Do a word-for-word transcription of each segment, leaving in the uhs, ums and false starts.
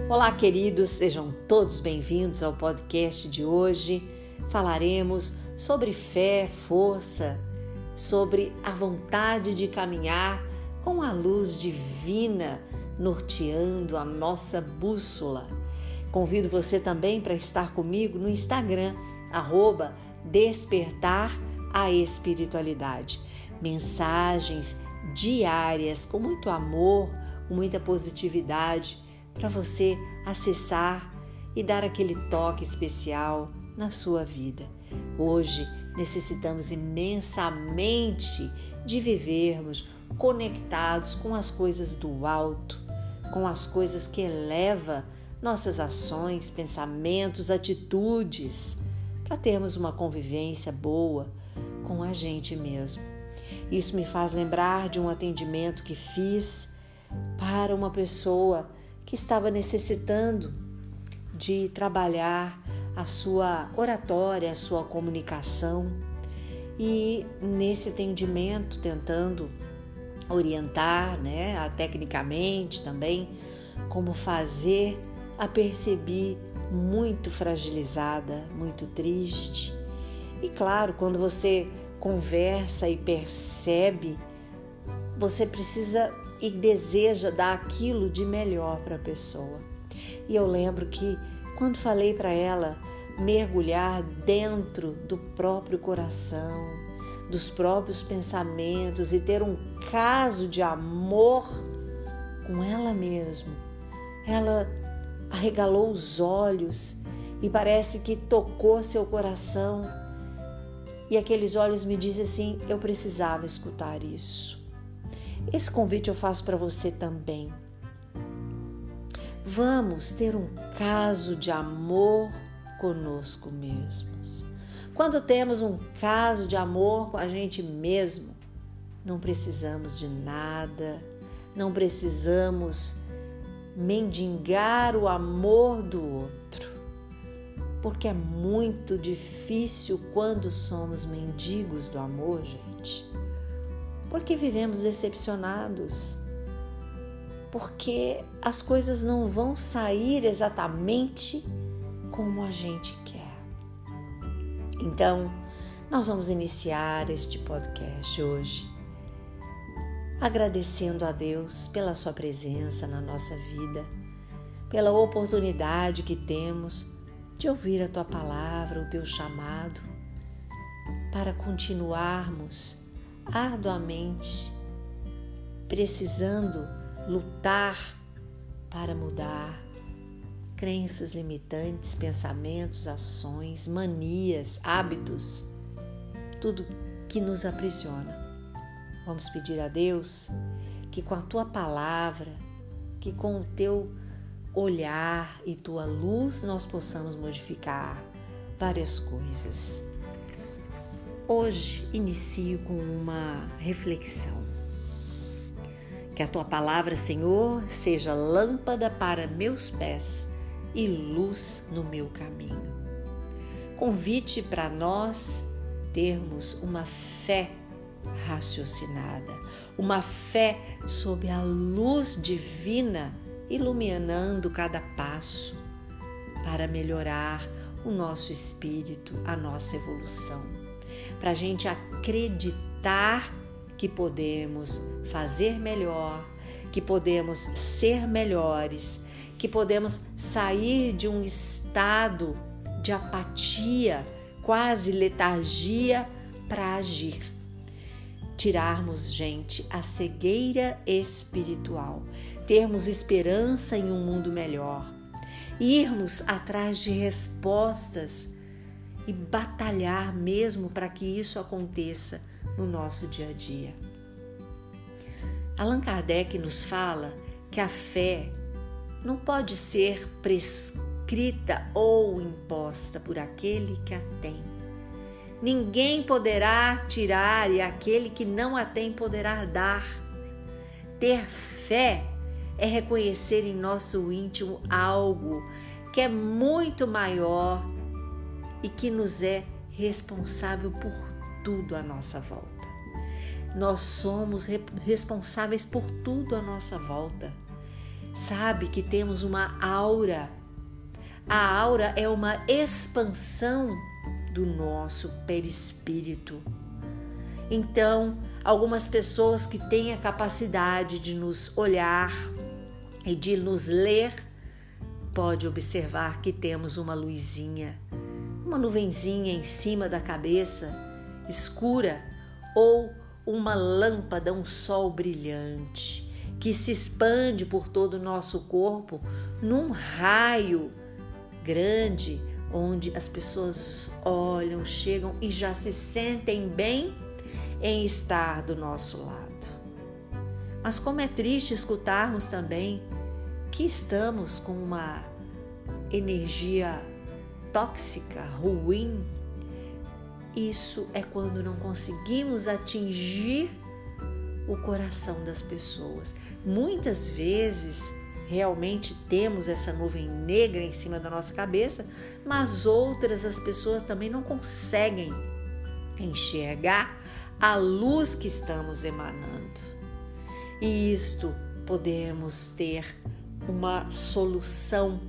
Olá, queridos, sejam todos bem-vindos ao podcast de hoje. Falaremos sobre fé, força, sobre a vontade de caminhar com a luz divina norteando a nossa bússola. Convido você também para estar comigo no Instagram, arroba Despertar a Espiritualidade. Mensagens diárias com muito amor, com muita positividade, para você acessar e dar aquele toque especial na sua vida. Hoje necessitamos imensamente de vivermos conectados com as coisas do alto, com as coisas que elevam nossas ações, pensamentos, atitudes, para termos uma convivência boa com a gente mesmo. Isso me faz lembrar de um atendimento que fiz para uma pessoa que estava necessitando de trabalhar a sua oratória, a sua comunicação, e nesse atendimento tentando orientar, né, a, tecnicamente também, como fazer, a percebi muito fragilizada, muito triste. E claro, quando você conversa e percebe, você precisa e deseja dar aquilo de melhor para a pessoa. E eu lembro que quando falei para ela mergulhar dentro do próprio coração, dos próprios pensamentos e ter um caso de amor com ela mesma, ela arregalou os olhos e parece que tocou seu coração. E aqueles olhos me dizem assim: eu precisava escutar isso. Esse convite eu faço para você também. Vamos ter um caso de amor conosco mesmos. Quando temos um caso de amor com a gente mesmo, não precisamos de nada, não precisamos mendigar o amor do outro, porque é muito difícil quando somos mendigos do amor, gente. Porque vivemos decepcionados, porque as coisas não vão sair exatamente como a gente quer. Então, nós vamos iniciar este podcast hoje agradecendo a Deus pela sua presença na nossa vida, pela oportunidade que temos de ouvir a tua palavra, o teu chamado, para continuarmos arduamente, precisando lutar para mudar crenças limitantes, pensamentos, ações, manias, hábitos, tudo que nos aprisiona. Vamos pedir a Deus que com a tua palavra, que com o teu olhar e tua luz nós possamos modificar várias coisas. Hoje inicio com uma reflexão. Que a tua palavra, Senhor, seja lâmpada para meus pés e luz no meu caminho. Convite para nós termos uma fé raciocinada, uma fé sob a luz divina iluminando cada passo para melhorar o nosso espírito, a nossa evolução. Para a gente acreditar que podemos fazer melhor, que podemos ser melhores, que podemos sair de um estado de apatia, quase letargia, para agir. Tirarmos, gente, a cegueira espiritual, termos esperança em um mundo melhor, irmos atrás de respostas e batalhar mesmo para que isso aconteça no nosso dia a dia. Allan Kardec nos fala que a fé não pode ser prescrita ou imposta por aquele que a tem. Ninguém poderá tirar e aquele que não a tem poderá dar. Ter fé é reconhecer em nosso íntimo algo que é muito maior e que nos é responsável por tudo à nossa volta. Nós somos responsáveis por tudo à nossa volta. sabe que temos uma aura. A aura é uma expansão do nosso perispírito. Então, algumas pessoas que têm a capacidade de nos olhar e de nos ler, pode observar que temos uma luzinha, uma nuvenzinha em cima da cabeça, escura, ou uma lâmpada, um sol brilhante, que se expande por todo o nosso corpo num raio grande, onde as pessoas olham, chegam e já se sentem bem em estar do nosso lado. Mas como é triste escutarmos também que estamos com uma energia tóxica, ruim. Isso é quando não conseguimos atingir o coração das pessoas. Muitas vezes realmente temos essa nuvem negra em cima da nossa cabeça, mas outras as pessoas também não conseguem enxergar a luz que estamos emanando. E isto podemos ter uma solução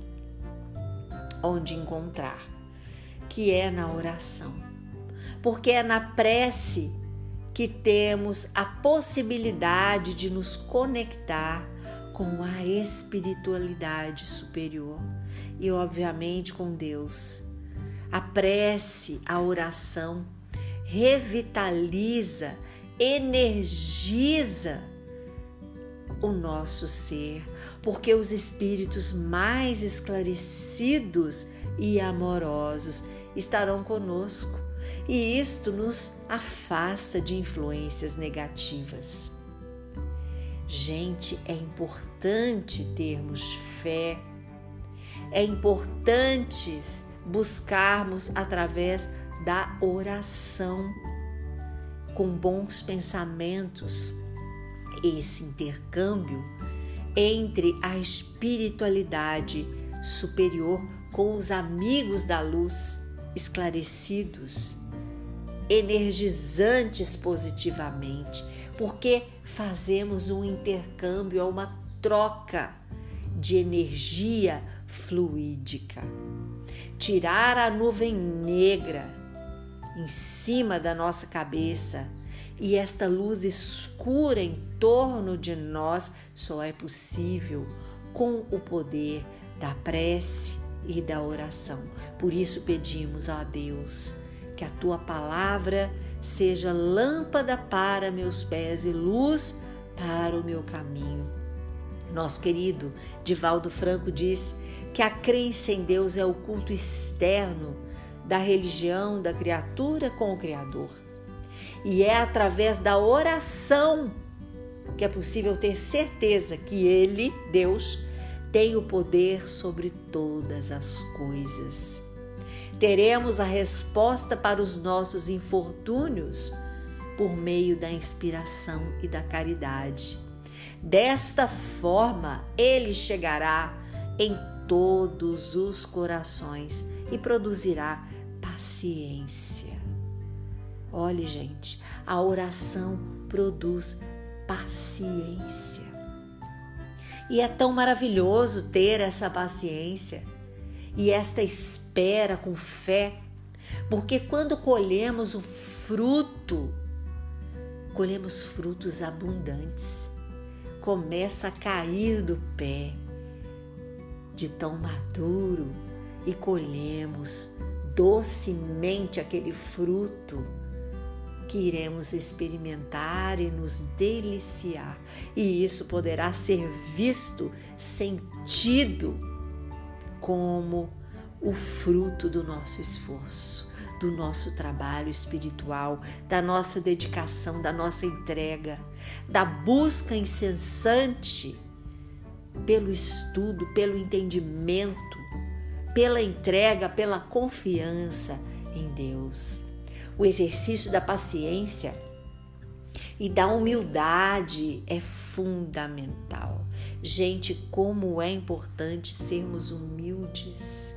onde encontrar, que é na oração. Porque é na prece que temos a possibilidade de nos conectar com a espiritualidade superior e, obviamente, com Deus. A prece, a oração, revitaliza, energiza o nosso ser, porque os espíritos mais esclarecidos e amorosos estarão conosco, e isto nos afasta de influências negativas. Gente, é importante termos fé, é importante buscarmos através da oração, com bons pensamentos, esse intercâmbio entre a espiritualidade superior com os amigos da luz esclarecidos, energizantes positivamente, porque fazemos um intercâmbio, uma troca de energia fluídica. Tirar a nuvem negra em cima da nossa cabeça e esta luz escura em torno de nós só é possível com o poder da prece e da oração. Por isso pedimos a Deus que a tua palavra seja lâmpada para meus pés e luz para o meu caminho. Nosso querido Divaldo Franco diz que a crença em Deus é o culto externo da religião da criatura com o Criador. E é através da oração que é possível ter certeza que Ele, Deus, tem o poder sobre todas as coisas. Teremos a resposta para os nossos infortúnios por meio da inspiração e da caridade. Desta forma, Ele chegará em todos os corações e produzirá paciência. Olhe, gente, a oração produz paciência. E é tão maravilhoso ter essa paciência e esta espera com fé, porque quando colhemos o fruto, colhemos frutos abundantes. Começa a cair do pé de tão maduro e colhemos docemente aquele fruto que iremos experimentar e nos deliciar. E isso poderá ser visto, sentido como o fruto do nosso esforço, do nosso trabalho espiritual, da nossa dedicação, da nossa entrega, da busca incessante pelo estudo, pelo entendimento, pela entrega, pela confiança em Deus. O exercício da paciência e da humildade é fundamental. Gente, como é importante sermos humildes.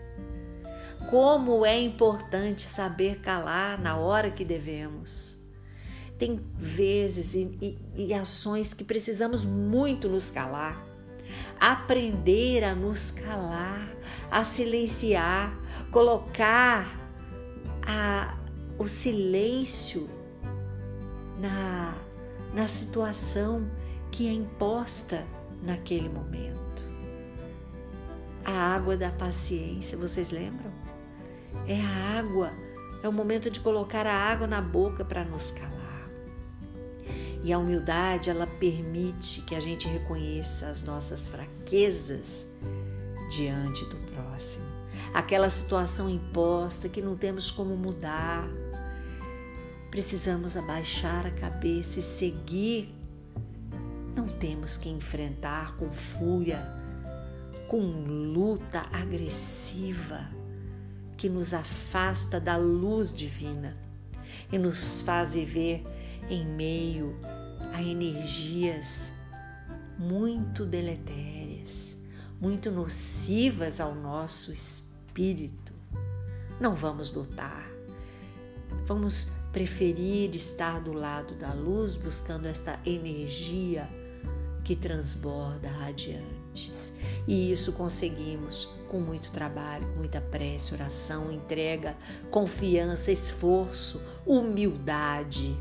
Como é importante saber calar na hora que devemos. Tem vezes e, e, e ações que precisamos muito nos calar. aprender a nos calar, a silenciar, colocar a, o silêncio na, na situação que é imposta naquele momento. A água da paciência, vocês lembram? É a água, é o momento de colocar a água na boca para nos calar. E a humildade, ela permite que a gente reconheça as nossas fraquezas diante do próximo. Aquela situação imposta que não temos como mudar. Precisamos abaixar a cabeça e seguir. Não temos que enfrentar com fúria, com luta agressiva que nos afasta da luz divina e nos faz viver em meio a energias muito deletérias, muito nocivas ao nosso espírito. Não vamos lutar, vamos preferir estar do lado da luz, buscando esta energia que transborda radiantes. E isso conseguimos com muito trabalho, com muita prece, oração, entrega, confiança, esforço, humildade,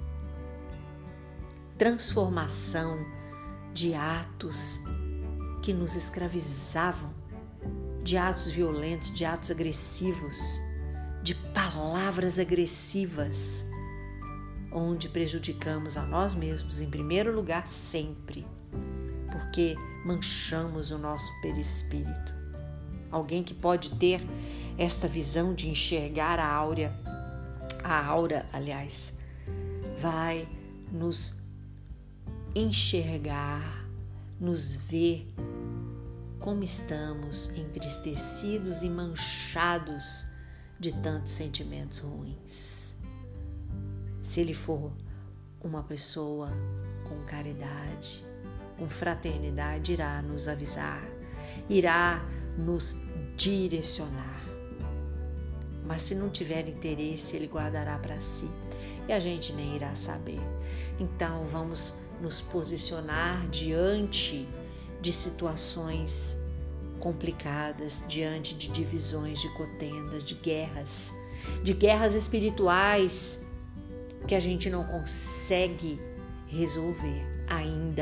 transformação de atos que nos escravizavam, de atos violentos, de atos agressivos, de palavras agressivas, onde prejudicamos a nós mesmos em primeiro lugar sempre, porque manchamos o nosso perispírito. Alguém que pode ter esta visão de enxergar a áurea, a aura, aliás, vai nos enxergar, nos ver como estamos entristecidos e manchados de tantos sentimentos ruins. Se ele for uma pessoa com caridade, com fraternidade, irá nos avisar, irá nos direcionar. Mas se não tiver interesse, ele guardará para si e a gente nem irá saber. Então vamos nos posicionar diante de situações complicadas, diante de divisões, de contendas, de guerras, de guerras espirituais que a gente não consegue resolver ainda.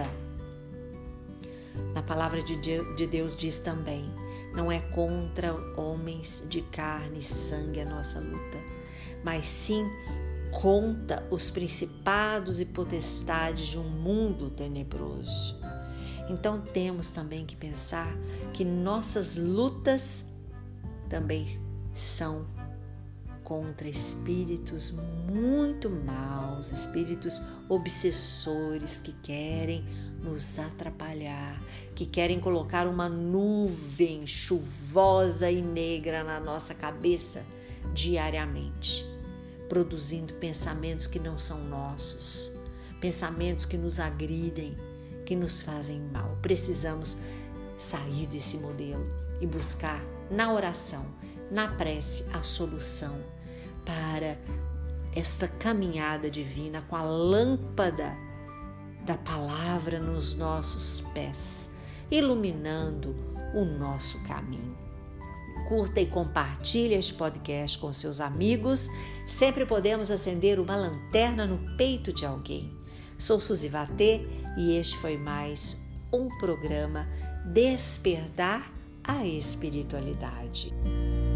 Na palavra de Deus diz também: não é contra homens de carne e sangue a nossa luta, mas sim contra os principados e potestades de um mundo tenebroso. Então temos também que pensar que nossas lutas também são contra espíritos muito maus, espíritos obsessores que querem nos atrapalhar, que querem colocar uma nuvem chuvosa e negra na nossa cabeça diariamente, produzindo pensamentos que não são nossos, pensamentos que nos agridem, que nos fazem mal. Precisamos sair desse modelo e buscar na oração, na prece, a solução para esta caminhada divina com a lâmpada da palavra nos nossos pés, iluminando o nosso caminho. Curta e compartilhe este podcast com seus amigos. Sempre podemos acender uma lanterna no peito de alguém. Sou Suzy Vatê e este foi mais um programa Despertar a Espiritualidade.